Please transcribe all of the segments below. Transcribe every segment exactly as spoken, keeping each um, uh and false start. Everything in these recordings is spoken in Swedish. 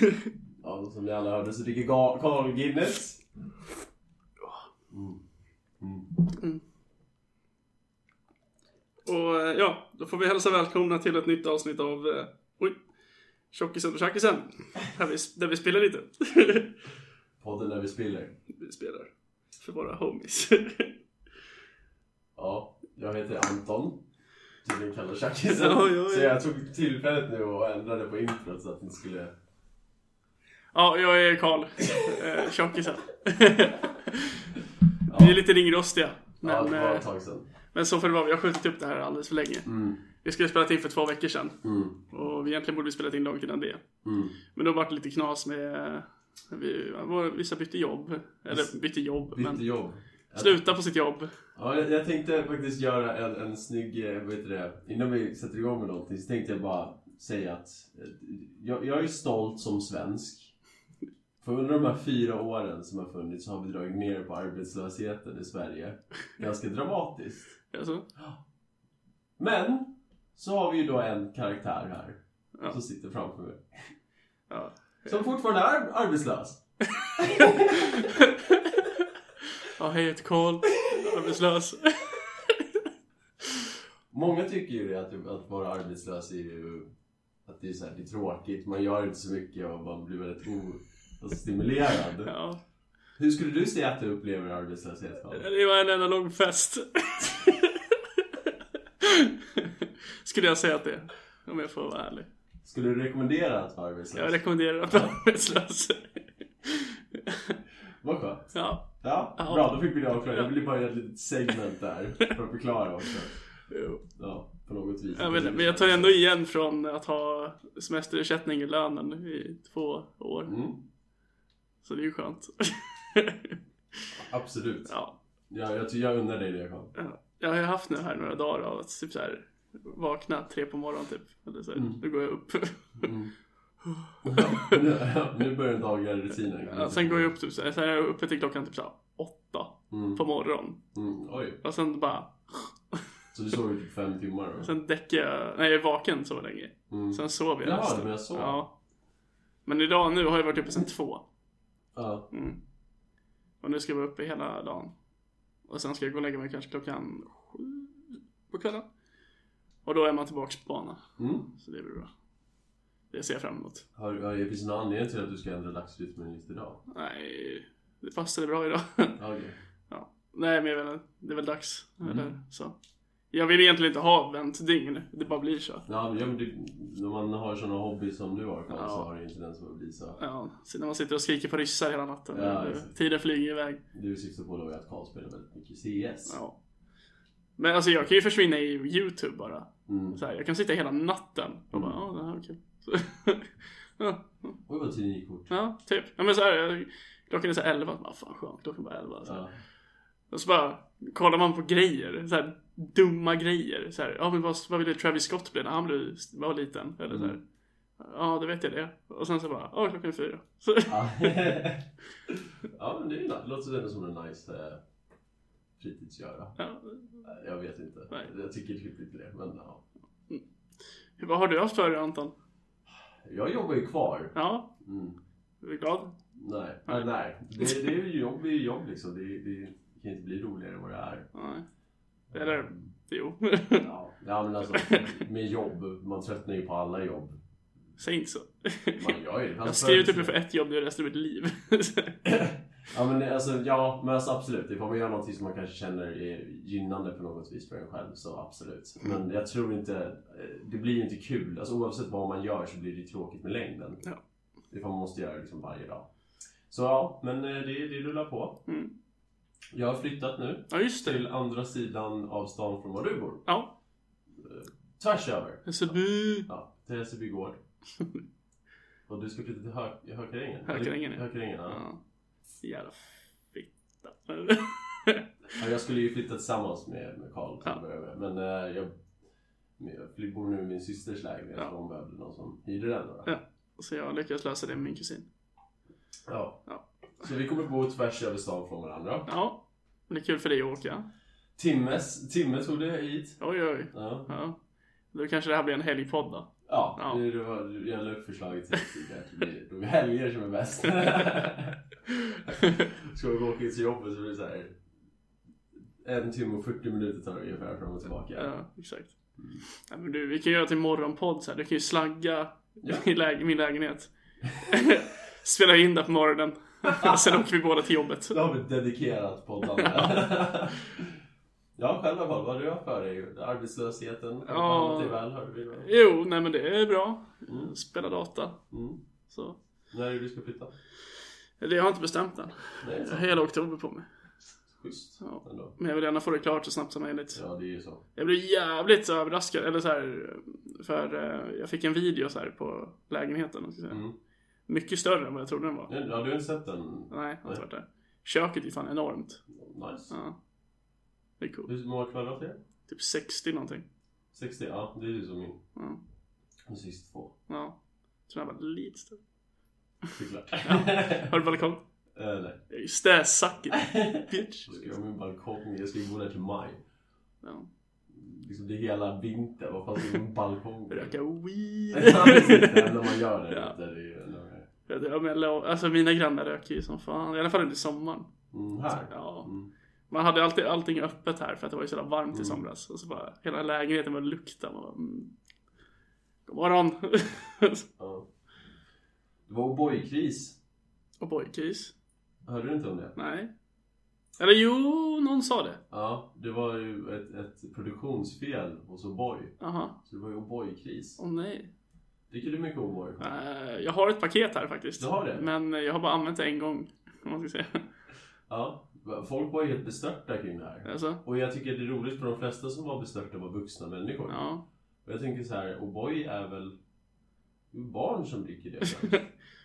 Ja, som ni alla hörde så dricker Carl Guinness. Mm. Mm. Mm. Och ja, då får vi hälsa välkomna till ett nytt avsnitt av eh, oj, Tjockisen och Tjackisen. Här vi, där vi spelar lite. Podden där vi spelar. Vi spelar för våra homies. Ja, jag heter Anton. Tydligen kallar Tjackisen. Ja, ja, ja. Så jag tog tillfället nu och ändrade på introt så att det inte skulle... Ja, jag är Karl. Eh, Tjockisen. Vi är lite ringrostiga. Men, ja, det var ett tag sedan. Men så får det vara, vi har skjutit upp det här alldeles för länge. Mm. Vi skulle spela in för två veckor sedan. Mm. Och vi egentligen borde vi spela in långt innan det. Mm. Men då var det lite knas med... Vi, vissa bytte jobb. Eller bytte jobb. Bytte men jobb. Sluta på sitt jobb. Ja, jag, jag tänkte faktiskt göra en, en snygg... Vad heter det? Innan vi sätter igång med någonting så tänkte jag bara säga att... Jag, jag är stolt som svensk. För under de här fyra åren som har funnits så har vi dragit ner på arbetslösheten i Sverige. Ganska dramatiskt. Alltså? Men så har vi ju då en karaktär här. Ja. Som sitter framför mig. Ja. Som fortfarande är arbetslös. Ja, hej, jag heter Karl. Arbetslös. Många tycker ju det att, att vara arbetslös är ju... Att det är, så här, det är tråkigt. Man gör inte så mycket och man blir väldigt o... Alltså stimulerad. Ja. Hur skulle du säga att du upplever arbetslöshet? Det var en enda lång fest. Skulle jag säga att det, om jag får vara ärlig. Skulle du rekommendera att vara arbetslös? Jag rekommenderar att vara arbetslös. Vad skönt. Ja. Ja, Ja. bra, då fick vi det avklarat. Jag ville bara göra ett litet segment där för att förklara också. Jo. Ja, på något vis. Jag vet, men jag tar ändå igen från att ha semesterersättning i lönen i två år. Mm. Så det är ju skönt. Absolut. Ja. Ja, jag, jag undrar dig det, Carl. Ja. Jag har ju haft nu här några dagar av att typ så här, vakna tre på morgonen typ. Eller så här, Mm. då går jag upp. Mm. nu, nu börjar den dagliga rutinen. Ja, sen går jag upp typ så här, sen är jag uppe till klockan typ så här, åtta Mm. på morgonen. Mm. Oj, Och sen bara... så du sover typ fem timmar då? Sen däckar jag... Nej, jag är vaken så länge. Mm. Sen sov jag Jaha, resten. men jag sov. Ja. Men idag nu har jag varit uppe sen två. Ja. Mm. Och nu ska jag vara uppe hela dagen. Och sen ska jag gå och lägga mig kanske klockan sju på kvällen. Och då är man tillbaka på banan. Mm. Så det blir bra. Det ser jag fram emot. Har, har, finns det någon anledning till att du ska ändra dagsrytmen just idag? Nej, det passade bra idag. Ja, okej. Ja. Nej, men jag vet inte. Det är väl dags. Mm. Eller så. Jag vill egentligen inte ha väntdygn. Det bara blir så. Ja, men jag, det, när man har sådana hobby som du har, Carl, Ja. så har det inte den som att bli så. Ja, så när man sitter och skriker på ryssar hela natten. Ja, Ja, exakt. tiden flyger iväg. Du syftar på då att Carl spelar väldigt mycket C S. Ja. Men alltså jag kan ju försvinna i YouTube bara. Mm. Så här, jag kan sitta hela natten och bara, ja, det här är kul. Så, ja, Oj, vad tiden gick fort. ja, typ. Ja, men så här, jag- klockan är så här elva. Vad fan skönt, klockan bara elva. Så här. Ja. Och så bara kollar man på grejer, så här dumma grejer. Så här, ja, men vad, vad ville Travis Scott bli när han blev, var liten? Eller så här. Mm. Ja, det vet jag det. Och sen så bara, ja, klockan är fyra. Så, Ja. Ja, men det är ju det låter ändå som en nice eh, fritidsgöra. ja. Jag vet inte. Nej. Jag tycker typ inte det, men ja. Vad har du haft för dig, Anton? Jag jobbar ju kvar. Ja, Mm. är du glad? Nej, nej. nej. Det, det är ju jobb, det är ju jobb liksom. Det, det kan inte bli roligare än vad det är. Nej. Eller, jo. Ja, ja men alltså med jobb, man tröttnar ju på alla jobb. Säg inte så. Man gör ju det. Jag skrev typ för ett jobb nu resten av mitt liv. Ja men alltså, ja, men alltså absolut. Ifall man gör någonting som man kanske känner är gynnande på något vis för en själv, så absolut. Men jag tror inte, det blir inte kul. Alltså oavsett vad man gör så blir det tråkigt med längden. Ja. Ifall man måste göra det liksom varje dag. Så ja, men det, det rullar på. Mm. Jag har flyttat nu Ja, just till det. andra sidan av stan från var du bor. Ja. Tvärs över. Hässelby. Ja, till Hässelby gård. Och du ska flytta till Hö- Hökarängen? Hökarängen, ja. Hökarängen, ja. Ja. Jävla fitta. Ja, jag skulle ju flytta tillsammans med, med Carl till Ja. att börja med. Men eh, jag, jag bor nu i min systers lägenhet. Ja. Så hon behövde någon som hyrde den då. Ja. Så jag lyckades lösa det med min kusin. Ja. Ja. Så vi kommer bo tvärs över stan från varandra. Ja. Men det är kul för dig att åka. Timmes, timme tog det hit. Oj, oj. Ja. Ja. Då kanske det här blir en helgpodd då. Ja, Ja. Det, det var, jag la upp förslaget till det. Det är helger som är bäst. Ska vi gå åka till jobbet så blir det så här. En timme och fyrtio minuter tar det ungefär fram och tillbaka. Ja, exakt. Mm. Ja, men du, vi kan göra till morgonpodd så här. Du kan ju slagga Ja. i läge, min lägenhet. Spela in där på morgonen. Sen åker vi båda till jobbet. Då har vi dedikerat podden. Ja, själva fall, vad har du haft för dig? Arbetslösheten? Ja. Det är väl, hörde vi då. Jo, nej men det är bra. Mm. Spela data. Mm. Så. När är det du ska flytta? Det har jag inte bestämt än. Nej, Jag har hela oktober på mig. Schysst. Ja. Ändå. Men jag vill gärna få det klart så snabbt som möjligt. Ja, det är ju så. Jag blev jävligt överraskad. Eller så här, för eh, jag fick en video så här på lägenheten. Ska jag säga. Mm. Mycket större än vad jag trodde den var. Ja, du har inte sett den? Nej, jag har inte varit där. Köket är fan enormt. Nice. Ja. Det är coolt. Hur många kvadrat är det? Typ sextio någonting. sextio, ja, det är ju som min. Ja. Och sextiotvå. Ja. Så den var lite större. Såklart. Ja. Har du balkong? Äh, nej. Just det, suck it, bitch. Jag ska göra min balkong, jag ska ju bo där till maj. Ja. Liksom det är hela vinter, vad fan ska min balkong? Röka weed. Ja, precis, det är när man gör det. Ja. Det är ju ändå... Ja, men jag, alltså mina grannar röker ju som fan. I alla fall under sommaren. Mm, här? Ja. Mm. Man hade alltid allting öppet här för att det var ju så jävla varmt i Mm. somras. Och så bara, hela lägenheten var lukta. Man bara, mm. God morgon. Ja. Det var O'boy-kris. Och boykris. Hörde du inte om det? Nej. Eller jo, någon sa det. Ja, det var ju ett, ett produktionsfel hos O'boy. Aha. Så det var ju O'boy-kris. Åh nej. Tycker du mycket om O'boy? Uh, jag har ett paket här faktiskt. Du har det? Men jag har bara använt det en gång. Om man ska säga. Ja, folk var ju helt bestörta kring det här. Alltså? Och jag tycker det är roligt för de flesta som var bestörta var vuxna människor. Ja. Och jag tänker så här, O'boy är väl barn som dricker det.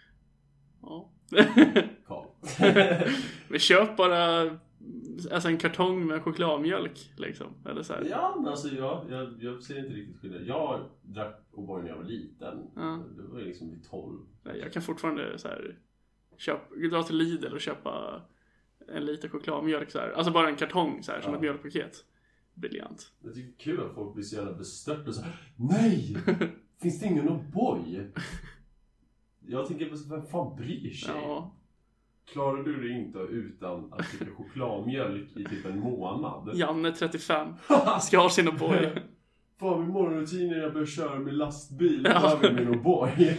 Ja. Karl. Vi köper bara alltså en kartong med chokladmjölk liksom. Eller så här. Ja, men alltså jag, jag, jag ser inte riktigt skillnad. Jag drack O'boy när jag var liten. Ja. Det var liksom vid tolv. Nej, jag kan fortfarande så här köpa, dra till Lidl och köpa en liter chokladmjölk så här. Alltså bara en kartong så här, som Ja. ett mjölkpaket. Briljant. Jag tycker det är kul att folk blir så jävla bestört och så här, nej! Finns det ingen O'boy? Jag tänker, vem fan bryr sig? Ja. Klarar du det inte utan att dricka chokladmjölk i typ en månad? Janne trettiofem ska ha sin O'boy. Fan, min morgonrutin när jag börjar köra med lastbil Ja. över min O'boy.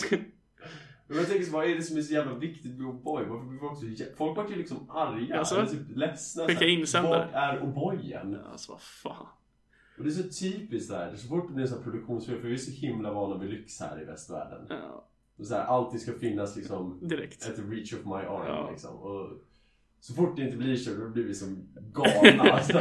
Men jag tänker så, vad är det som är så jävla viktigt med O'boy? Varför blir folk så jä- folk var ju liksom arga, Alltså, eller typ ledsna. skicka så här, insändare. Vad är O'boyen? Alltså vad fan. Och det är så typiskt där. Så fort det blir en sån här produktionsfilm, för vi är så himla vana vid lyx här i västvärlden. Ja, Och så här, alltid ska finnas liksom direkt. at the reach of my arm Ja. liksom. Och så fort det inte blir så, då blir vi som galna. Alltså.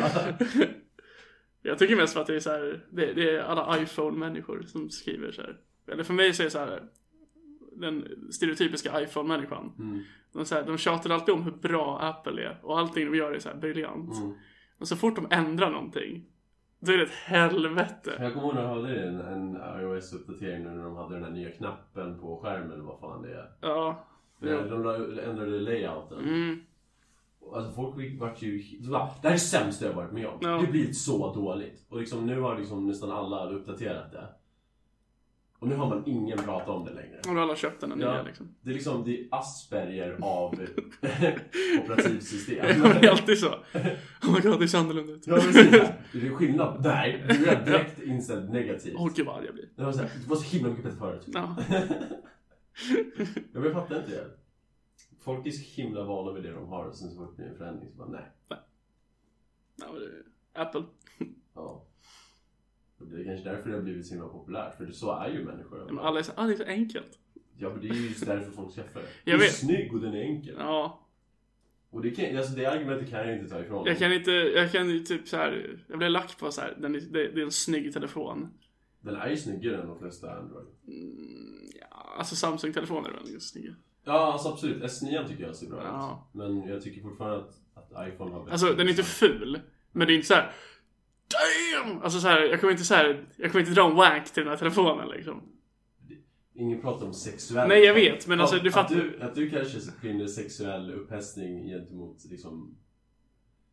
Jag tycker mest för att det är så här, det, det är alla iPhone-människor som skriver så här. Eller för mig så är det så här, den stereotypiska iPhone-människan. Mm. De, så här, de tjatar alltid om hur bra Apple är. Och allting de gör är så här briljant. Mm. Och så fort de ändrar någonting, då är det ett helvete. Jag kommer ihåg när de hade en, en iOS-uppdatering nu när de hade den här nya knappen på skärmen, vad fan det är. Ja. Men de la- ändrade layouten. Mm. Alltså folk vart ju... Det var- det här är det sämsta jag varit med om. Ja. Det blir så dåligt. Och liksom nu har liksom nästan alla uppdaterat det. Och nu har man ingen pratat om det längre. Och då har alla köpt den nya Ja. liksom. Det är liksom, det är Asperger av operativsystem. Ja, men det är alltid så. Oh my god, det ser annorlunda ut. Ja, precis. Det är skillnad. Nej, du är direkt inställd negativt. Åh gud vad arg jag blir. Det var, så här, det var så himla mycket bättre förut. Ja. Jag men jag fattar inte det. Folk är så himla vana vid det de har. Och sen så fort det blir en förändring så bara nej. Ja, men det är Apple. Ja. Och det är kanske därför det har blivit så himla populärt. För så är ju människor. Men alla är så, ah, det är så enkelt. Ja, men det är ju just därför folk skaffar det. Jag Den är vet. snygg och den är enkel. Ja. Och det, kan, alltså det argumentet kan jag inte ta ifrån. Jag kan inte, jag kan ju typ så här, jag blir lack på så här, den är, det, det är en snygg telefon. Den är ju snyggare än de flesta Android. Mm, ja, alltså Samsung-telefoner är väldigt snygga. Ja, alltså absolut. S nio tycker jag ser bra Ja. ut. Men jag tycker fortfarande att, att iPhone har bättre. Alltså den är inte ful, men det är inte så här. Damn! Alltså så här, jag kommer inte så här, jag kommer inte dra en wank till den här telefonen liksom. Ingen pratar om sexuell. Nej, jag vet, men alltså, att, du fattar- Att du, att du kanske finner sexuell upphästning gentemot liksom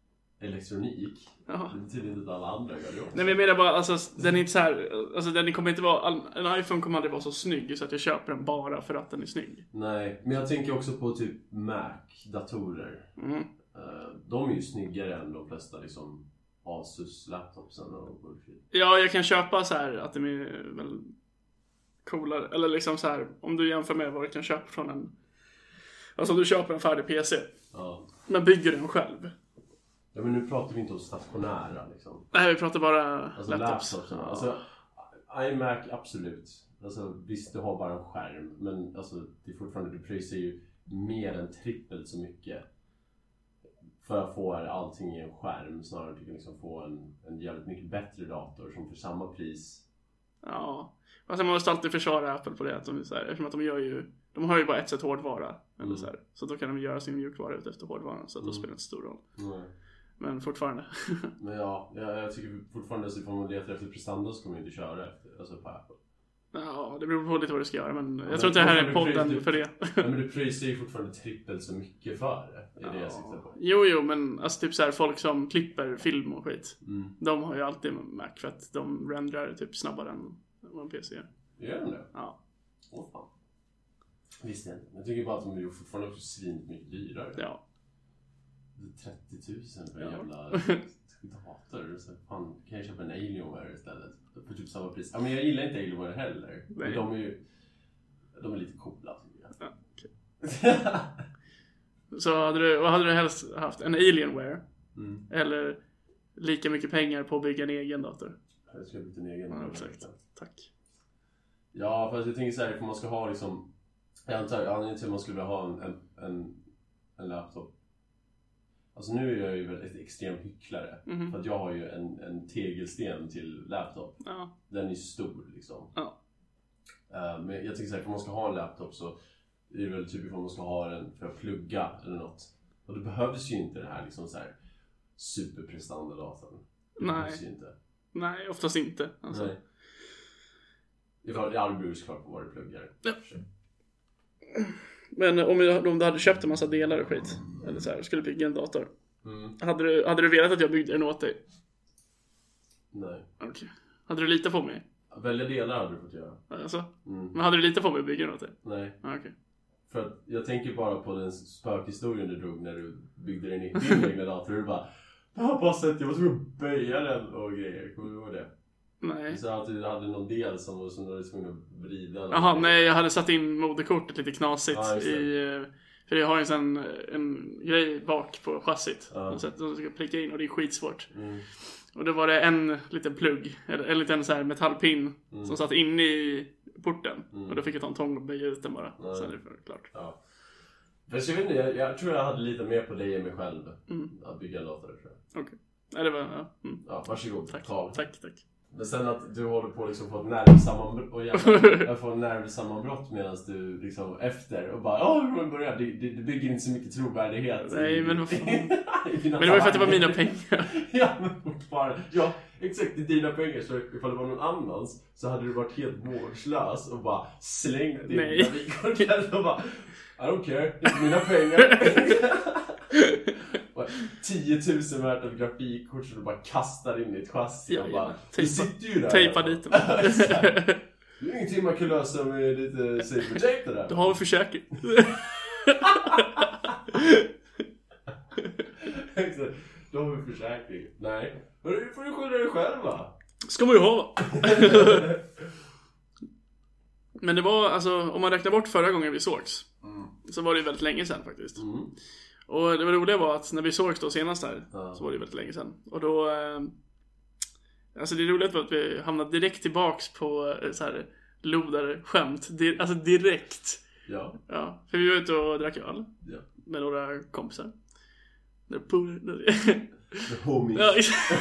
elektronik. Jaha. Det betyder inte att alla andra gör det också. Nej, men jag menar bara, alltså, den är inte så här, alltså den kommer inte vara, en iPhone kommer aldrig vara så snygg så att jag köper den bara för att den är snygg. Nej, men jag tänker också på typ Mac-datorer. Mm. De är ju snyggare än de flesta liksom Asus-laptopsen och bullshit. Ja, jag kan köpa så här att de är väl coolare, eller liksom så här, om du jämför med vad du kan köpa från en, alltså om du köper en färdig P C. Ja. Men bygger den själv. Ja, men nu pratar vi inte om stationära liksom. Nej, vi pratar bara alltså laptops. laptops. Alltså iMac, absolut. Alltså visst, du har bara en skärm. Men alltså det är fortfarande, du pröjsar ju mer än trippelt så mycket för att få allting i en skärm. Snarare än att du kan liksom få en, en jävligt mycket bättre dator som för samma pris. Ja, alltså man måste alltid försvara Apple på det att de, så här, eftersom att de gör ju, de har ju bara ett sätt hårdvara eller Mm. så här, så då kan de göra sin mjukvara ut efter hårdvaran, så att då Mm. spelar det inte stor roll. Mm. Men fortfarande. Men ja, jag, jag tycker fortfarande så får man leta efter prestanda så kommer man inte köra efter, alltså på Apple. Ja, det beror på lite vad du ska göra, men jag men tror inte det här är fortfarande podden pröjs du- för det. Ja, men du pröjsar ju fortfarande trippelt så mycket för det. Det är det jag siktar på. Jo, jo, men alltså typ så här, folk som klipper film och skit, Mm. de har ju alltid Mac för att de rendrar typ snabbare än vad en P C gör. Gör de det? Ja. Åh fan. Visst inte. Jag tycker bara att de är ju fortfarande också svint mycket dyrare. Ja. trettio tusen för en Ja. jävla dator. Så fan, kan jag köpa en Alienware istället? För typ samma pris. Ja, men jag gillar inte Alienware heller. Men Nej. de är ju... De är lite coola tycker jag. Ja, okay. Så hade du, vad hade du helst haft? En Alienware? Mm. Eller lika mycket pengar på att bygga en egen dator? Jag ska bygga en egen. Ja, dator. exakt. Tack. Ja, fast jag tänker så här, för man ska ha liksom... Jag antar, jag antar att man skulle vilja ha en, en, en, en laptop. Alltså nu är jag ju väldigt extrem hycklare. Mhm. För att jag har ju en, en tegelsten till laptop. Ja. Den är stor liksom. Ja. Uh, men jag tänker så här, för man ska ha en laptop så är det väl typ om man ska ha den för att plugga eller något. Och det behövs ju inte det här liksom så här superprestanda datorn. Det Nej. behövs ju inte. Nej, oftast inte. Alltså. Nej. Det är aldrig beror kvar på vad du pluggar. Ja. Men om du, om du hade köpt en massa delar och skit, eller så här, skulle bygga en dator, Mm. hade du, hade du velat att jag byggde den åt dig? Nej. Okej. Hade du litat på mig? Välja delar hade du fått göra. Alltså? Mm. Men hade du litat på mig att bygga den åt dig? Nej. Ah, okej. För att jag tänker bara på den spökhistorien du drog när du byggde din, din egna dator. Du bara, jag har bara sett, jag var tvungen att böja den och grejer. Kommer du ihåg det? Nej. Så att du hade någon del som, som du var tvungen att vrida. Jaha, nej, jag hade satt in moderkortet lite knasigt Ja, just det. i... eh, För jag har en sån en grej bak på chassit. Ja. Så att de ska pricka in och det är skitsvårt. Mm. Och då var det en liten plugg, eller en liten så här metallpin Mm. som satt inne i porten. Mm. Och då fick jag ta en tång och böja ut den bara. Ja. Sen är det för- klart. Ja. Fast jag vet inte, jag, jag tror jag hade lite mer på dig än mig själv. Mm. Att bygga en dator, tror jag. Okej. Nej, det var... Ja. Mm. Ja, varsågod. Tack, Ta. tack, tack. Men sen att du håller på liksom på ett nervsammanbrott och jävlar, jag får en nervsammanbrott medan du liksom efter och bara åh, hur man börjar, det, det, det bygger inte så mycket trovärdighet. Nej, i- men vad fan. i dina Men det var ju för att det var talanger. mina pengar. Ja, men fortfarande. Ja, exakt, det är dina pengar. Så ifall det var någon annans så hade du varit helt vårdslös och bara slängt din Nej. grafikkortet och bara I don't care, det är mina pengar. tio tusen värt av grafikkort som du bara kastar in i ett chassi och Ja, bara ja. du Tejpa- sitter ju där. Tejpa dit dem. Det är ingenting man kan lösa med lite safe det där. Du har en försäkring. Exakt. Du har en försäkring. Nej. Men det får du skylla dig själv va? Ska man ju ha. Men det var, alltså, om man räknar bort förra gången vi sågs, Mm. så var det ju väldigt länge sedan faktiskt. Mm. Och det var roliga var att när vi sågs då senast här, Ja. så var det väldigt länge sedan. Och då, eh, alltså det roliga var att vi hamnade direkt tillbaks på eh, så här lodarskämt. Di- alltså direkt. Ja. Ja, för vi var ute och drack öl Ja. med några kompisar. Där på- The homies. Ja,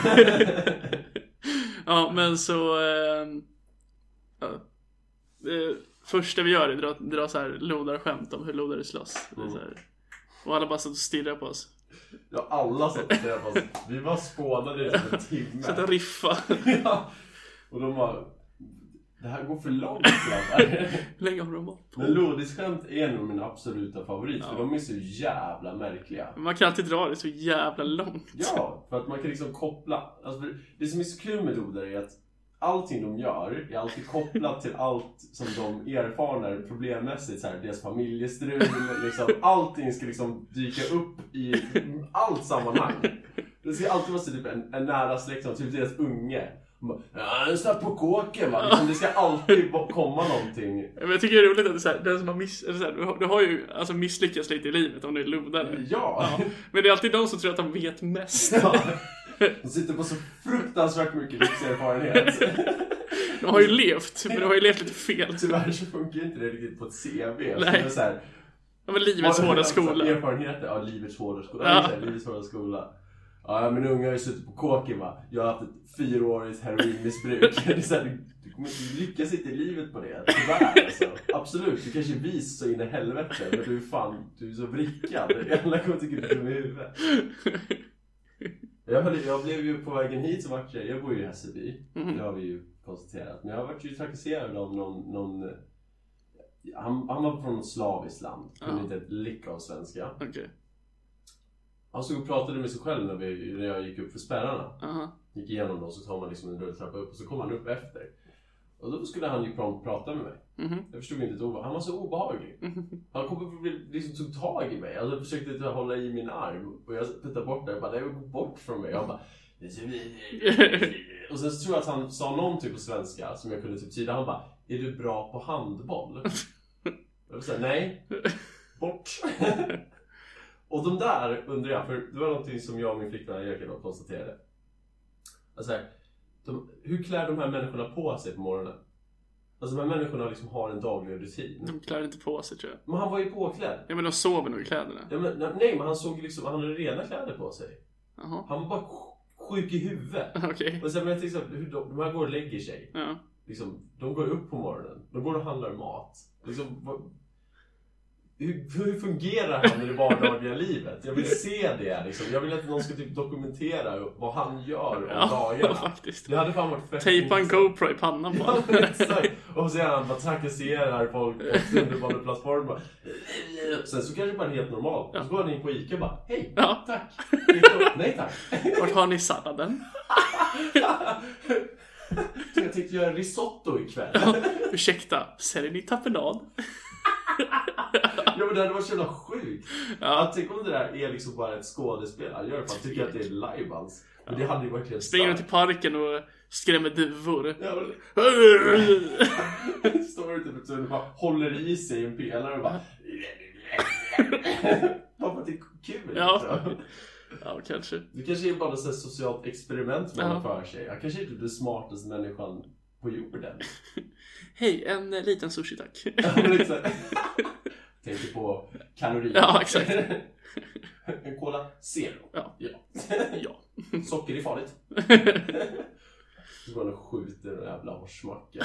ja, men så eh, ja, det första vi gör är att dra, dra så här lodarskämt om hur lodare slåss. Det är så här. Och alla bara satt och stirrade på oss. Ja, alla satt och tittade på oss. Vi var spånade i en timme. Sätta riffa. Ja. Och de var... Det här går för långt. Hur länge har de varit på? Men lodisskämt är nog min absoluta favorit. Ja. För de är så jävla märkliga. Man kan alltid dra det så jävla långt. Ja, för att man kan liksom koppla. Alltså, det som är så kul med lodare är att allting de gör är alltid kopplat till allt som de erfarnar problemmässigt. Så här, deras familjestrul, liksom, allting ska liksom dyka upp i allt sammanhang. Det ska alltid vara så typ en, en nära släkt, typ deras unge. Ja, han står på kåken, va? Liksom, det ska alltid komma någonting. Men jag tycker det är roligt att det är så här, den som har miss, eller så här, du, har, du har ju alltså misslyckats lite i livet om du är lodare. Ja. Ja. Men det är alltid de som tror att de vet mest. Ja. De sitter på så fruktansvärt mycket livserfarenhet. De har ju levt, men de har ju levt lite fel. Tyvärr så funkar inte det riktigt på ett C V. Nej. Så det är så här, Ja, men livets hårda skola. Erfarenheter av livets hårda skola. Ja. Ja. Livets hårda skola. Ja, men unga har ju suttit på kåken, va. Jag har haft ett fyraårigt heroinmissbruk. Det är så här, du, du kommer inte lyckas inte i livet på det. Tyvärr, alltså. Absolut, du kanske är vis så in i helvete. Men du är fan, du är så vrickad. Alla kommer tycka du är dum i huvudet. Jag, hade, jag blev ju på vägen hit så vart jag, jag bor ju i Hässelby. Mm. Det har vi ju konstaterat. Men jag har varit ju trakasserad av någon, någon han, han var från något slaviskt land. Kunde uh-huh. inte ett lick av svenska. Okay. Han stod och pratade med sig själv när, vi, när jag gick upp för spärrarna. Uh-huh. Gick igenom dem, så tar man liksom en rulltrappa upp och så kommer han upp efter. Och då skulle han ju prompt prata med mig. Mm-hmm. Jag förstod inte ett ord. Han var så obehaglig. Mm-hmm. Han kom och liksom tog tag i mig. Alltså försökte inte hålla i min arm. Och jag puttade bort det. Jag bara, det går bort från mig. Jag bara... Och sen så tror jag att han sa någon typ på svenska som jag kunde typ tyda. Han bara, är du bra på handboll? Jag vill säga, nej. Bort. Och de där undrar jag, för det var någonting som jag och min flickvän Erika då konstaterade. Alltså här, de, hur klär de här människorna på sig på morgonen? Alltså de här människorna liksom har en daglig rutin. De klär inte på sig, tror jag. Men han var ju påklädd. Ja, men de sover nog i kläderna. Ja, men, nej, men han såg liksom, han hade rena kläder på sig. Jaha. Han var bara sjuk i huvudet. Okej. Okay. Och sen men jag tänkte så här, hur de, de här går och lägger sig. Ja. Liksom, de går upp på morgonen. De går och handlar mat. Liksom, vad, hur, hur fungerar han i det vardagliga livet? Jag vill se det liksom. Jag vill att någon ska typ dokumentera vad han gör om ja, dagarna. Faktiskt. Det hade fan varit fett. Tejpa en GoPro i pannan på honom. Ja, och så är han bara trakasserar folk på underbaneplattformar. Sen så kanske bara helt normalt. Ja. Så går han in på Ica och bara, hej, ja. Tack. Nej tack. Vart har ni salladen? Jag tänkte göra risotto ikväll. Ja, ursäkta, säljer ni tapenad? Ja, men det hade varit så jävla sjukt. Ja. Att tänka om det där är liksom bara ett skådespel. Han gör det för att tycker att det är livebands. Men ja. Det hade ju varit helt springer till parken och skrämmer duvor. Ja, men... Står ute på tunneln och bara håller i sig en pelare och bara... Bara för att det är kul. Ja. Ja, kanske. Det kanske är bara ett socialt experiment man har för sig. Jag kanske inte är den smartaste människan på jorden. Hej, en liten sushi tack. Tänker på kalorier. Ja, exakt. En cola zero. Ja. Ja. Ja. Socker är farligt. Så går han och skjuter en jävla horsmacka.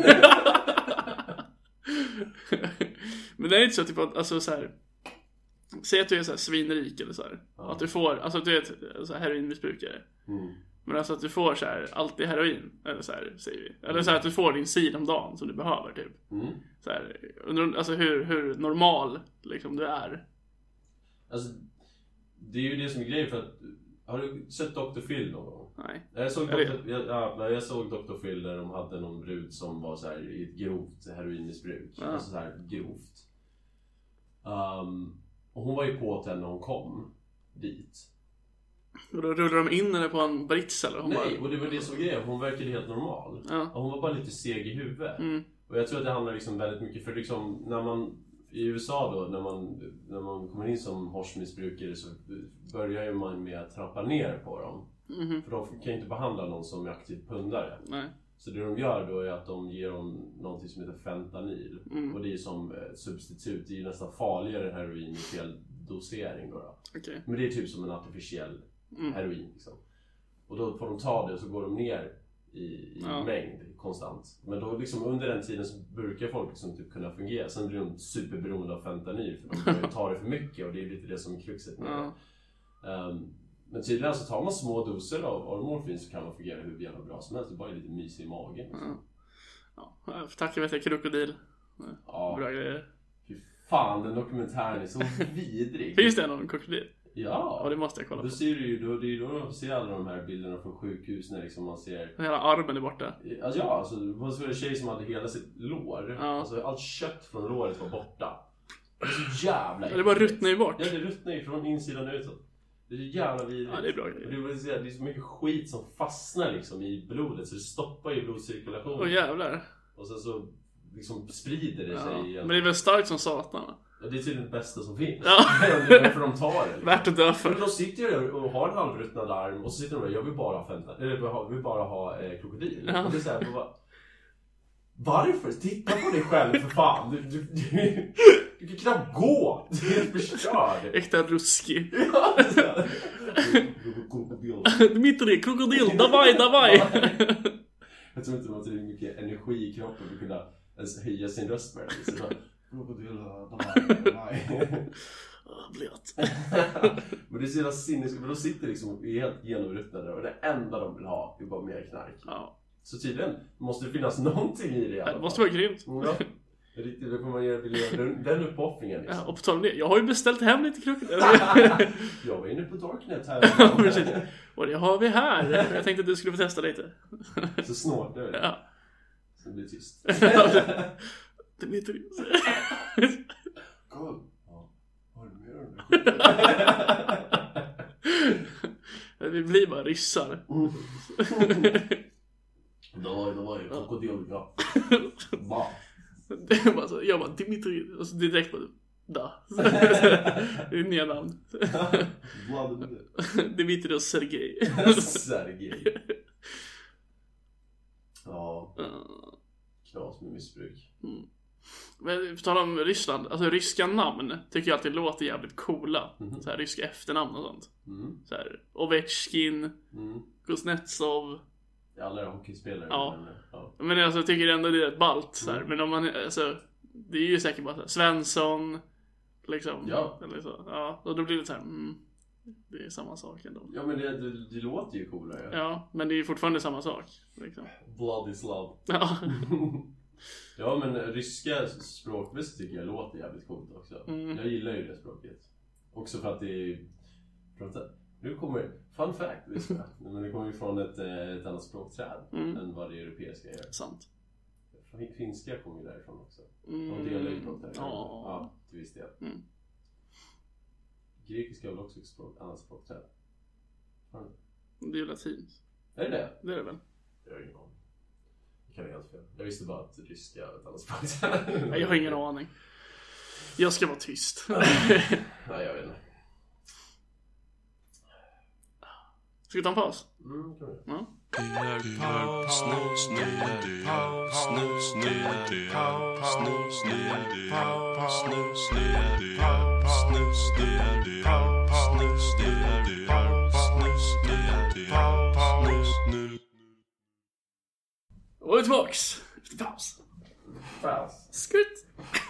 Men det är inte så typ att, alltså så här, säg att du är så här svinrik eller så här, ja. Att du får, alltså att du är ett så här heroinmissbrukare. Mm. Men alltså att du får så här alltid heroin eller så här säger vi. Eller så här att du får din sil om dagen som du behöver typ. Mm. Så här, alltså hur hur normal liksom du är. Alltså det är ju det som är grejen, för att har du sett doktor Phil någon gång? Nej. Jag såg doktor jag, ja, jag såg doktor Phil där de hade någon brud som var så här i ett grovt heroinmissbruk. Ja. Alltså så här grovt. Um, och hon var ju på till när hon kom dit. Och då rullar de in henne på en brits eller? Hon Nej, bara... och det var det som grejen. Hon verkade helt normal. Ja. Och hon var bara lite seg i huvudet. Mm. Och jag tror att det handlar liksom väldigt mycket, för liksom när man i U S A då, när man, när man kommer in som horsmissbrukare så börjar ju man med att trappa ner på dem. Mm. För de kan ju inte behandla någon som är aktiv pundare. Nej. Så det de gör då är att de ger dem någonting som heter fentanyl. Mm. Och det är som ett substitut, det är ju nästan farligare än heroin i fel dosering då, då. Okay. Men det är typ som en artificiell mm. heroin liksom. Och då får de ta det och så går de ner i, i ja. mängd konstant. Men då liksom under den tiden så brukar folk liksom typ kunna fungera. Sen blir de superberoende av fentanyl för de tar det för mycket, och det är lite det som är kruxet med det. Ja. Um, men tydligen så tar man små doser av, av morfin så kan man fungera hur jävla bra som helst. Det är bara lite mysig i magen. Ja. Ja, tack vet jag, krokodil. Ja. Bra grejer. Fy fan, den dokumentären är så vidrig. Finns det någon krokodil? Ja. Ja, det måste jag kolla då på. Ser du ju, då, det är ju då man ser alla de här bilderna från sjukhus när liksom man ser... Hela armen är borta. Alltså, ja, alltså, det var en tjej som hade hela sitt lår. Ja. Alltså, allt kött från låret var borta. Det är så jävla ja, det bara ruttnar ju bort. Ja, det ruttnar ju från insidan utåt. Det är så jävla vidrigt. Ja, det är bra grejer. Det är, det är så mycket skit som fastnar liksom i blodet, så det stoppar ju blodcirkulationen. Åh jävlar. Och sen så liksom sprider det Ja. sig igen. Men det är väl starkt som satan? Ja, det är tydligen det bästa som finns. Ja. Det är därför de tar det. Värt att dö för. Men de sitter ju där och har en halvruttnad arm och så sitter de där, jag vill bara ha fenta, eller jag vill bara ha eh, krokodil. Ja. Och det är så här, bara, varför? Titta på dig själv för fan. Du, du, du, du kan knappt gå. Du är helt förstörd. Äkta ruski. Ja, krokodil. Dmitri, krokodil, davai, davai. Jag tror inte man har tillräckligt mycket energi i kroppen för att kunna ens höja sin röst med det. Så bara, krokodil, davai, davai. Blöt. Men det är så jävla sinnessjukt. Men de sitter liksom helt genomruttnade och det enda de vill ha är bara mer knark. Ja. Så tydligen måste det finnas någonting i det i alla fall. Det måste vara grymt. Ja, riktigt, då får man göra, vill göra den, den uppoffringen liksom. Ja, och på tal om det, jag har ju beställt hem lite krokodil. Jag var inne på Darknet här. Ja, precis. Och det har vi här. Jag tänkte att du skulle få testa lite. Så snart nu. Ja. Så det blir tyst. Det blir inte Kolla. Ja. Har du mer om det? Vi blir bara ryssar. Då var det, då var det krokodil, ja. Va? Det är bara så, jag bara Dimitri, och så direkt bara da. Det är nya namn. Dimitri och Sergej. Sergej. Ja. Knas med missbruk. Mm. Men på tal om Ryssland, alltså ryska namn tycker jag alltid låter jävligt coola. Mm. Så här ryska efternamn och sånt. Mm. Så här Ovechkin, mm. Kuznetsov. Alla är hockeyspelare. Ja. Men, ja. Men alltså, jag tycker ändå det är ett ballt så här. Mm. Men om man, alltså, det är ju säkert bara så här, Svensson liksom. Ja. Eller så. Ja, och då blir det så här, mm, det är samma sak ändå. Ja, men det, det, det låter ju coolare. Ja. Ja, men det är ju fortfarande samma sak liksom. Vladislav. Ja. Ja, men ryska språkmässigt tycker jag låter jävligt coolt också. Mm. Jag gillar ju det språket. Också för att det är... Nu kommer... Fun fact, visst jag. Men det kommer ju från ett, ett annat språkträd mm. än vad det europeiska gör. Sant. Finska kommer ju därifrån också. Mm. De delar ju språkträd. Ja. Ja, till viss del. Mm. Grekiska är väl också ett språk, annat språkträd. Mm. Det är ju latin. Är det det? Det är det väl. Jag har ingen aning. Det kan jag helt fel. Jag visste bara att ryska är ett annat språkträd. Nej, jag har ingen aning. Jag ska vara tyst. Nej, jag vet inte. Ska vi ta en paus? Mm, kan vi. Ja. Det är paus, snus, nu är det paus, snus, nu är det paus, snus, nu är det paus, snus, nu är det paus, snus, nu är det paus, snus, nu är det paus, snus, nu är det paus, snus, nu. Och vi är tillbaks efter paus. Paus. Skutt.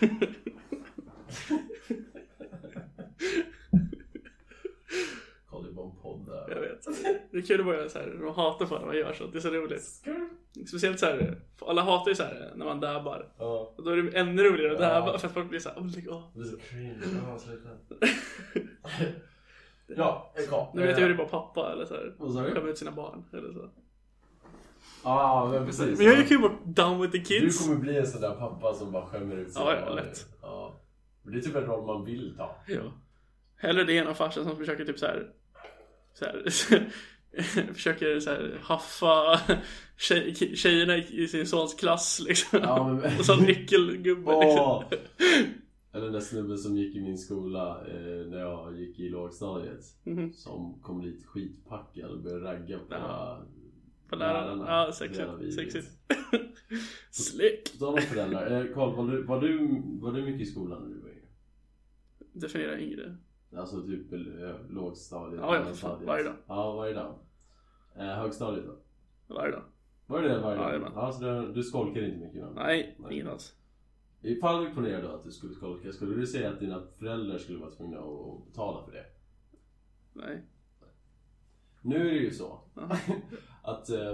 Kolla på en podd där. Jag vet. Det är kul att börja så här. De hatar på när man gör så. Det är så roligt. Speciellt så här. Alla hatar ju så här när man dabbar. Ja. Och då är det ännu roligare att dabba. För att folk blir så här. Oh my god. Det är så cringe. Ja, sluta. Ja, en kopp. Nu vet jag hur det är bara pappa eller så här. Vad sa du? Skämmer ut sina barn eller så. Ja, men precis. Men jag är ju kul att vara down with the kids. Du kommer bli en sån där pappa som bara skämmer ut sina barn. Ja, barn. ja, lätt. Ja. Men det är typ en roll man vill ta. Ja. Eller det är en av farsan som försöker typ så här. Så här, försöker så här haffa tjej, tjejerna i sin sons klass liksom. Ja, men... och så en nyckelgubbe liksom. Eller den där snubben som gick i min skola eh, när jag gick i lågstadiet. Mm-hmm. Som kom lite skitpackad och började ragga på, ja. på lärarna. Ja, sexigt. Sexigt. Slick. Så de föräldrar. Eh, Carl, var du, var, du, var du mycket i skolan när du var yngre? Definiera yngre. Alltså typ eh, lågstadiet. Ja, ja, fan, varje dag. Ja, varje dag. Eh, högstadiet då? Varje dag. Var det det varje dag? Ja, ja, så du, du skolkar inte mycket innan? Nej, Nej, ingen alls. Ifall vi ponerar då att du skulle skolka, skulle du säga att dina föräldrar skulle vara tvungna att betala för det? Nej. Nu är det ju så att eh,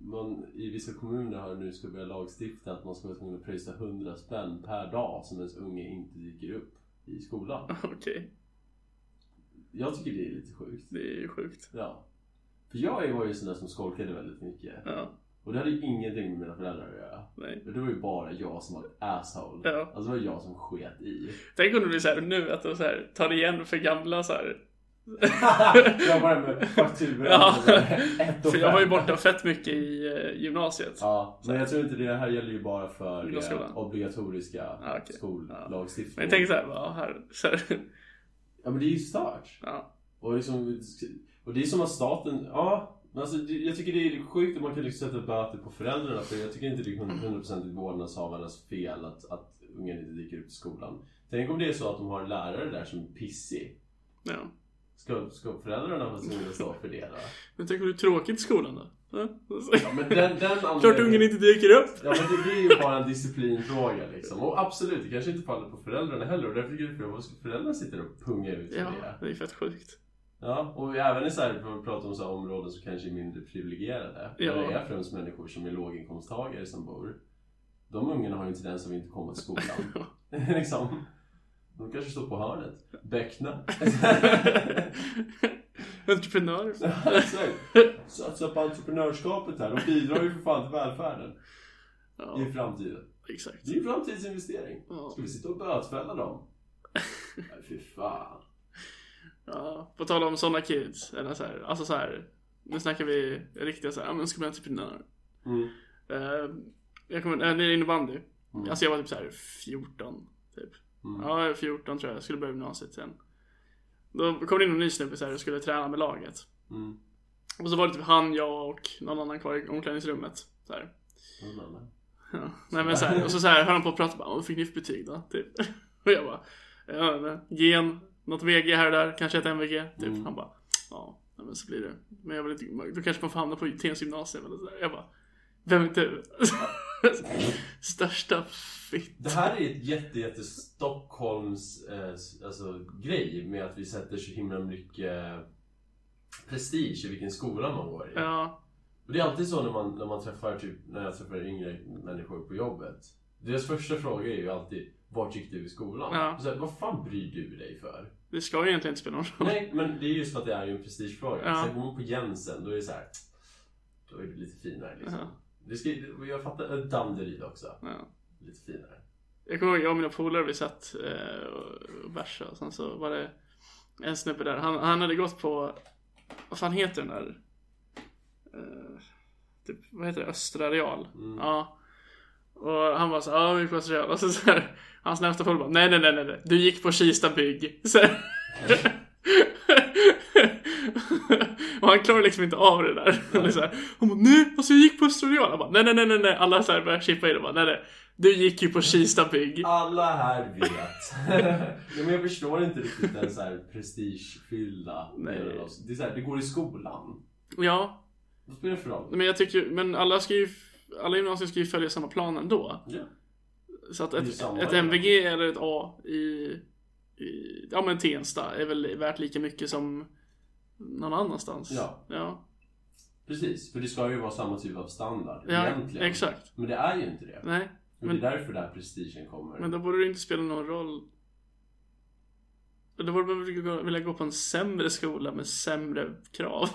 man i vissa kommuner har nu ska börja lagstifta att man ska vara tvungen att pröjsa hundra spänn per dag som ens unge inte dyker upp i skolan. Okej. Okay. Jag tycker det är lite sjukt. Det är ju sjukt. Ja. För jag var ju sån där som skolkade väldigt mycket. Ja. Och det hade ju ingenting med mina föräldrar att göra. Nej. Det var ju bara jag som var ett asshole. Ja. Alltså det var jag som sket i. Tänk om det blir så här nu att de så här tar igen för gamla så här. Jag bara med faktura. Ja. För jag var ju borta fett mycket i uh, gymnasiet. Ja, men jag tror inte det här gäller ju bara för uh, obligatoriska ah, okay. skollagstiftning. Men jag tänker så här, va, här, så här. Ja, men det är ju stört. Ja. Och, liksom, och det är som att staten, ja, men alltså, jag tycker det är sjukt att man kan liksom sätta böter på föräldrarna. För jag tycker inte det är hundra procent vårdnadshavarnas fel att, att ungen inte dyker upp i skolan. Tänk om det är så att de har en lärare där som är pissig. Ja. Ska, ska föräldrarna vara tvungna att stå för det då? Men tänk om det är tråkigt i skolan då? Ja, ja men den, den anledningen... Klart ungen inte dyker upp. Ja, men det blir ju bara en disciplinfråga liksom. Och absolut, det kanske inte faller på föräldrarna heller. Och därför tycker jag att vad ska föräldrarna sitta och punga ut för ja, det? Ja, det är fett sjukt. Ja, och även i så här, när vi pratar om så här områden som kanske är mindre privilegierade. Ja. Där det är främst människor som är låginkomsttagare som bor. De ungarna har ju en tendens att inte komma till skolan. liksom. De kanske står på hörnet. Bäckna. Entreprenör. Satsa på entreprenörskapet här. De bidrar ju för fan till välfärden. Ja. I framtiden. Exakt. Det är ju framtidsinvestering. Ja. Ska vi sitta och bötfälla dem? Nej, fy fan. Ja, på tal om sådana kids. Eller så här, alltså så här, nu snackar vi riktigt så här, ja men ska bli entreprenör. Mm. Uh, jag kommer, äh, det är innebandy. Mm. Alltså jag var typ så här fjorton typ. Mm. Ja, fjorton tror jag. Jag skulle börja gymnasiet sen. Då kom det in en ny snubbe så här och skulle träna med laget. Mm. Och så var det typ han, jag och någon annan kvar i omklädningsrummet. Så här. Någon annan? Ja. Nej men så här, och så, så här hör han på och pratar bara, vad fick ni för betyg då? Typ. Och jag bara, ja, gen, något V G här och där, kanske ett M V G. Typ. Mm. Han bara, ja, men så blir det. Men jag vill inte, då kanske man får hamna på Tens gymnasium eller så där. Jag bara, vem är du? Största fitt. Det här är ett jätte, jätte Stockholms eh, alltså, grej med att vi sätter så himla mycket prestige i vilken skola man går i. Ja. Och det är alltid så när man, när man träffar typ, när jag träffar yngre människor på jobbet. Deras första fråga är ju alltid, vart gick du i skolan? Ja. Så här, vad fan bryr du dig för? Det ska ju egentligen inte spela någon roll. Nej, men det är just för att det är ju en prestigefråga. Ja. Sen går man på Jensen, då är det så här, då är det lite finare liksom. Ja. Det ska, jag fattar ett Danderyd också. Ja. Lite finare. Jag kommer ihåg, jag och mina polare vi satt eh, och bärsa och sen så var det en snubbe där. Han, han hade gått på, vad fan heter den där? Eh, typ, vad heter det? Östra Real. Mm. Ja. Och han var så ja vi gick på Östra Real. Och så, så här, hans närmsta polare bara, nej nej nej nej, du gick på Kista bygg. Så här. Och han klarar liksom inte av det där. Han är så här, han bara, nej, alltså jag gick på Östra Real. Han bara, nej nej nej nej nej. Alla så här börjar chippa i det. Bara, nej nej, du gick ju på Kista bygg. Alla här vet. Ja, men jag förstår inte riktigt den så här prestigefyllda. Nej. Det är så här, det går i skolan. Ja. Vad spelar det för roll? Men jag tycker, men alla ska ju, alla gymnasier ska ju följa samma plan ändå. Ja. Så att Det är ett, samma, ett ja. M V G eller ett A i, i ja men Tensta är väl värt lika mycket som någon annanstans. Ja. Ja. Precis, för det ska ju vara samma typ av standard Ja, egentligen. exakt. Men det är ju inte det. Nej. Men Men, det är därför där prestigen kommer. men då borde det inte spela någon roll. Då borde man vilja gå på en sämre skola med sämre krav.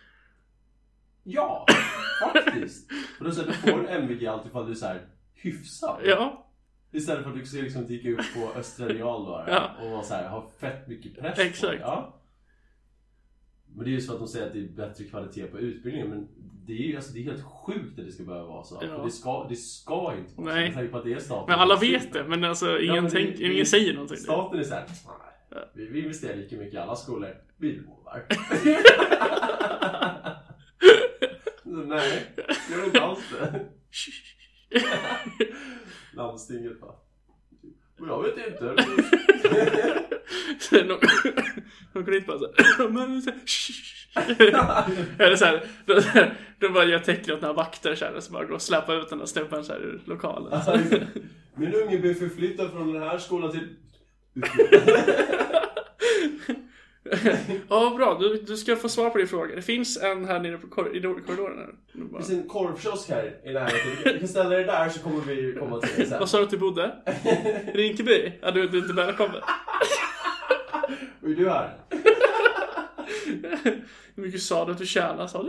Ja, faktiskt. Och då, så här, då får du M V G alltid ifall du är så här hyfsad. Ja. Istället för att du ska liksom dyka upp på Östra Real då, Ja. och vara så här, ha fett mycket press Exakt. på dig. Ja. Men det är ju så att de säger att det är bättre kvalitet på utbildningen. Men det är ju alltså, det är helt sjukt att det ska behöva vara så. Ja. För det ska, det ska inte vara Nej. så. Jag tänker på att det är staten. Men alla vet det, men alltså ingen, Ja, men det- tänk, det- ingen säger någonting. Staten är så här, Ja. vi, vi investerar lika mycket i alla skolor. Vi lovar. Nej, gör inte alls det. Landstinget bara. Och jag vet inte. Så de, de går dit bara så här, men så här, eller så här, de, de bara gör tecken åt några vakter så här, så bara går och släpar ut den där snubben så här ur lokalen. Så. Min unge blir förflyttad från den här skolan till... Ja, bra. Du, du ska få svar på din fråga. Det finns en här nere på kor- i korridoren. Här. Det finns en korvkiosk här i närheten. Du kan ställa dig där så kommer vi komma till det sen. Vad sa du att du bodde? Rinkeby? Ja, du, du är inte välkommen. Vad är du här? Hur mycket sa du att du tjänar, sa du?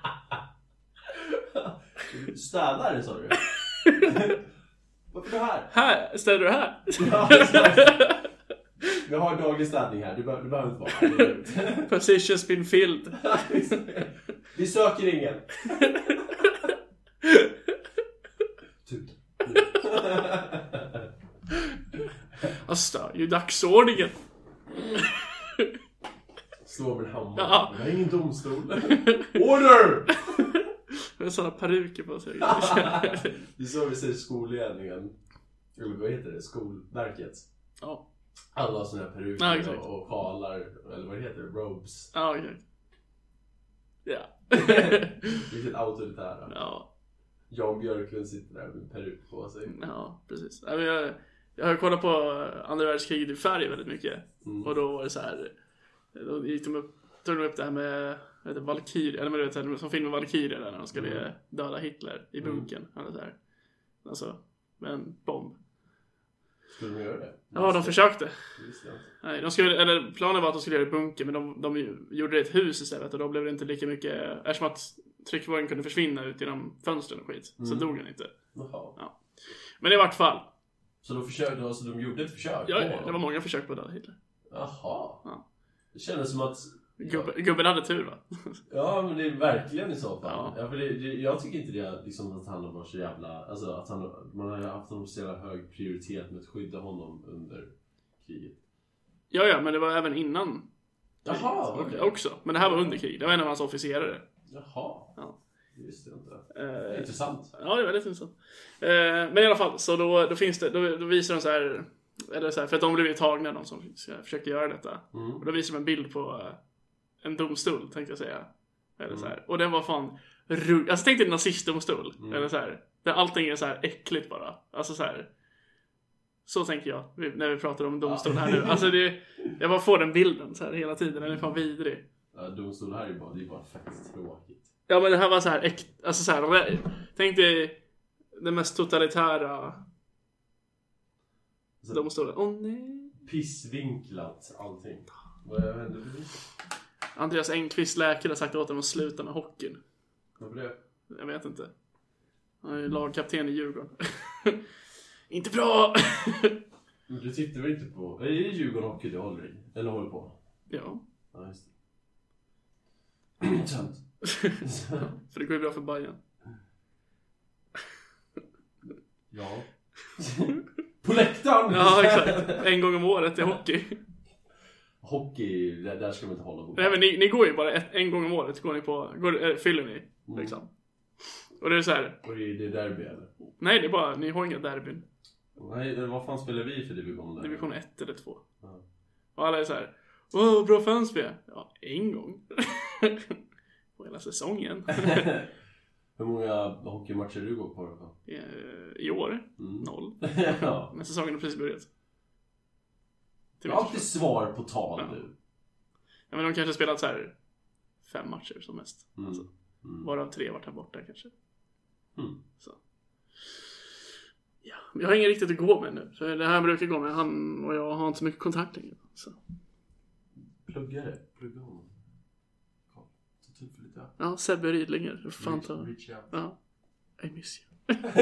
Du städar, sa du. Varför är du här? Här? Städar du här? Ja, vi har en daglig städning här. Du, be- du behöver inte vara här. Position's been filled. Vi söker ingen. Typ. Jag stör ju dagsordningen. Slå med en hammare. Ja. Det är ingen domstol. Order! Med sådana peruker på sig. Det är så vi säger skolledningen. Eller vad heter det? Skolverket. Ja. Alla sådana här peruker Ja, exakt. och, och sjalar. Eller vad heter det? Robes. Ja, exakt. Ja. Riktigt auktoritära. Ja. Jan Björklund sitter där med en peruk på sig. Ja, precis. Jag, jag, jag har kollat på andra världskriget i färg väldigt mycket. Mm. Och då var det så här. Då gick de upp, tog de upp det här med Valkyrie, eller vad det vet, som filmen Valkyrie där när de skulle mm. döda Hitler i bunkern. Mm. Eller så här. Alltså, med en bomb. Skulle de göra det? Ja, de försökte. Visst, Nej, de skulle, eller planen var att de skulle göra bunker, men de, de gjorde ett hus istället. Och då blev det inte lika mycket, eftersom att tryckvågen kunde försvinna ut genom fönstren och skit. Mm. Så dog den inte. Jaha. Ja. Men i vart fall. Så de försökte, alltså de gjorde ett försök? Ja, ja, det var många försök på att döda Hitler. Jaha. Ja. Det kändes som att... Gubbe, gubben hade tur, va? Ja, men det är verkligen i så fall. Ja. Ja, för det, det, jag tycker inte det liksom att han har varit så jävla... Alltså att han, man har haft honom så jävla hög prioritet med att skydda honom under kriget. Ja, ja, men det var även innan. Jaha, okej. okay. Också. Men det här var under krig. Det var en av hans officerare. Jaha. Ja. Det visste jag inte. Eh, intressant. Ja, det är väldigt intressant. Eh, men i alla fall, så då, då finns det... Då, då visar de så här... Eller så här, för att de blev ju tagna, de som försökte göra detta. Mm. Och då visar de en bild på... en domstol, tänkte jag säga. Eller mm. så här. Och den var fan ru- alltså tänkte en nazistdomstol. Mm. Eller så här. Där allting är så här äckligt bara. Alltså så här. Så tänker jag när vi pratar om domstol här nu. Alltså det, jag bara får den bilden så här hela tiden. Den är fan vidrig. Ja, domstol här är bara, det är bara faktiskt tråkigt. Ja, men det här var så här äkt, alltså så här. Tänk dig den mest totalitära alltså, domstolen. Åh oh, nej. Pissvinklat allting. Vad hände för det? Andreas Engqvist läkare har sagt åt dem att sluta med hockeyn. Vad blev det? Jag vet inte. Han är lagkapten i Djurgården. Inte bra! Men du tittar väl inte på... Är det Djurgården hockey du håller i? Eller håller på? Ja. Ja, just det. Tönt. För det går ju bra för Bayern. Ja. På läktaren! Ja, exakt. En gång om året i hockey. Hockey, där, där ska man inte hålla på. Nej, men ni, ni går ju bara ett, en gång om året. Går ni på, går, äh, fyller ni, mm. liksom. Och det är så här. Och det är, det är derby, eller? Nej, det är bara, ni har inga derbyn. Nej, vad fan spelar vi för division där? Division ett eller två. Ja. Och alla är så här. Åh, vad bra fans vi är. Ja, en gång. På hela säsongen. Hur många hockeymatcher du går på då? I, I år? Mm. Noll. Ja. Men säsongen har precis börjat. Jag har alltid svar på tal ja. nu. Ja, men de kanske spelat så här fem matcher som mest. Mm. Alltså, mm. Varav tre vart här borta kanske. Mm. Så. Ja, men jag har ingen riktigt att gå med nu. För det här brukar gå med. Han och jag har inte så mycket kontakt längre. Så. Plugga det. Plugga honom. Ta tid för lite. Ja, Sebbe Rydlinger. Fan ta. Reach out. Ja. I miss you.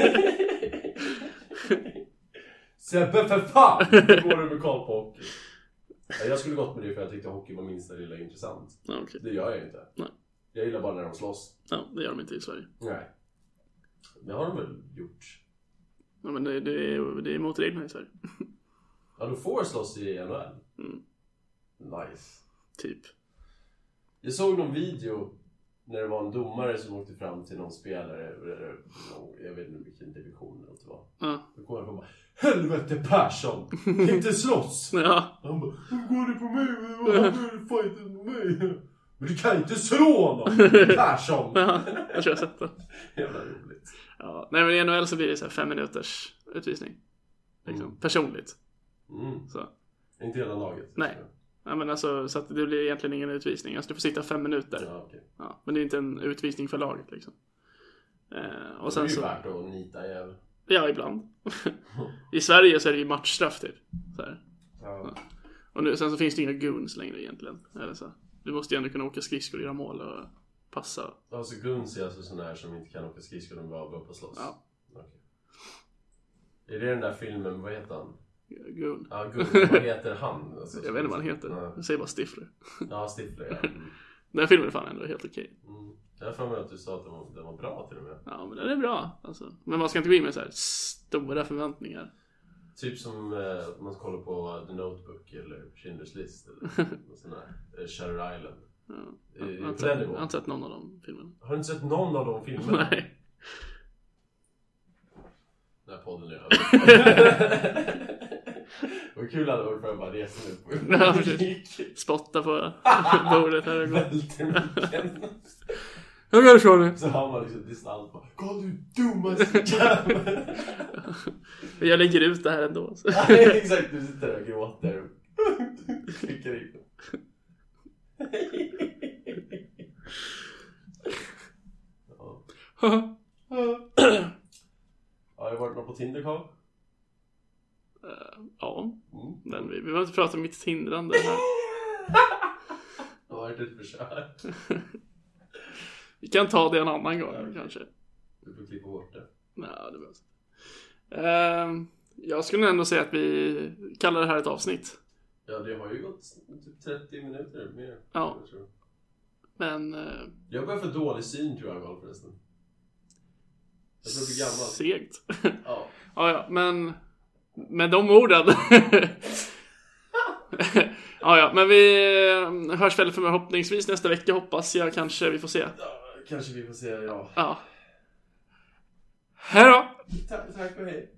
Sebbe, för fan! Nu går du med koll på hockey. Jag skulle gått med det för jag tyckte hockey var minsta lilla intressant. Ja, okay. Det gör jag inte. Nej. Jag gillar bara när de slåss. Ja, det gör de inte i Sverige. Nej. Det har de väl gjort. Ja, men det, det, är, det är mot reglerna i Sverige. Ja, du får slåss i N H L. Mm. Nice. Typ. Jag såg någon video när det var en domare som åkte fram till någon spelare. Jag vet inte vilken division det var. Ja. Då kom han och bara, helvete Persson! Inte slåss! Ja. Han bara, hur går det på mig? Vad är det fighten med mig? Men du kan inte slå någon! Persson! Ja, jag tror jag sett det. Jävla roligt. Ja. Nej, men i N H L så blir det så här fem minuters utvisning. Liksom. Mm. Personligt. Mm. Så. Inte hela laget. Nej. Ja, men alltså, så att det blir egentligen ingen utvisning. Alltså du får sitta fem minuter. Ja, okay. Ja, men det är inte en utvisning för laget liksom. Eh, och sen det är ju så... värt att nita jävel. Ja, ibland. I Sverige så är det ju matchstraff typ. Så här. Ja. Ja. Och nu, sen så finns det inga goons längre egentligen. Eller så. Du måste ju ändå kunna åka skridskor och göra mål och passa. Alltså goons är alltså sådana här som inte kan åka skridskor, de bara går på slåss. Ja. Okay. Är det den där filmen, vad heter han? Goon. Ja, Goon. Vad heter han? Alltså, Jag vet inte vad han heter. Ja. Jag säger bara Stifler. Ja, Stifler, ja. Mm. Den här filmen är fan ändå helt okej. Mm. Jag har för mig att du sa att den var, den var bra till och med. Ja, men den är bra. Alltså. Men man ska inte gå in med så här stora förväntningar. Typ som eh, att man ska kolla på The Notebook eller Schindler's List eller någon sån där. Eh, Shutter Island. Ja. Eh, Jag, har inte på den sett, jag nivån. har inte sett någon av de filmerna. Har du inte sett någon av de filmerna? Nej. Den här podden är över. Vad kul hade det varit för att bara resa nu på Ja, spotta på bordet här och gå. Välter micken. Jag gör det så nu. Så har man liksom distant bara, Karl, du dummaste jävel. Jag lägger ut det här ändå. Så. Nej, exakt, du sitter där och gråter och klickar in. Ja. Har jag varit någon på Tinder, Karl? Uh, ja, Mm. men vi, vi behöver inte prata om mitt hindrande här. Det har varit ett försök. Vi kan ta det en annan gång, Ja, kanske. Du får klippa bort det. Nej, det behövs inte. Uh, jag skulle ändå säga att vi kallar det här ett avsnitt. Ja, det har ju gått typ trettio minuter mer. Ja. Jag, tror. Men... Uh, jag börjar få dålig syn, tror jag, Karl, förresten. Jag börjar bli gammal. Segt. Ja. Ja, ja, men... Med de orden. Ja, ja, men vi hörs väl förhoppningsvis nästa vecka, hoppas jag. Kanske vi får se. Ja, kanske vi får se, ja. Ja. Hej då! Tack, tack och hej.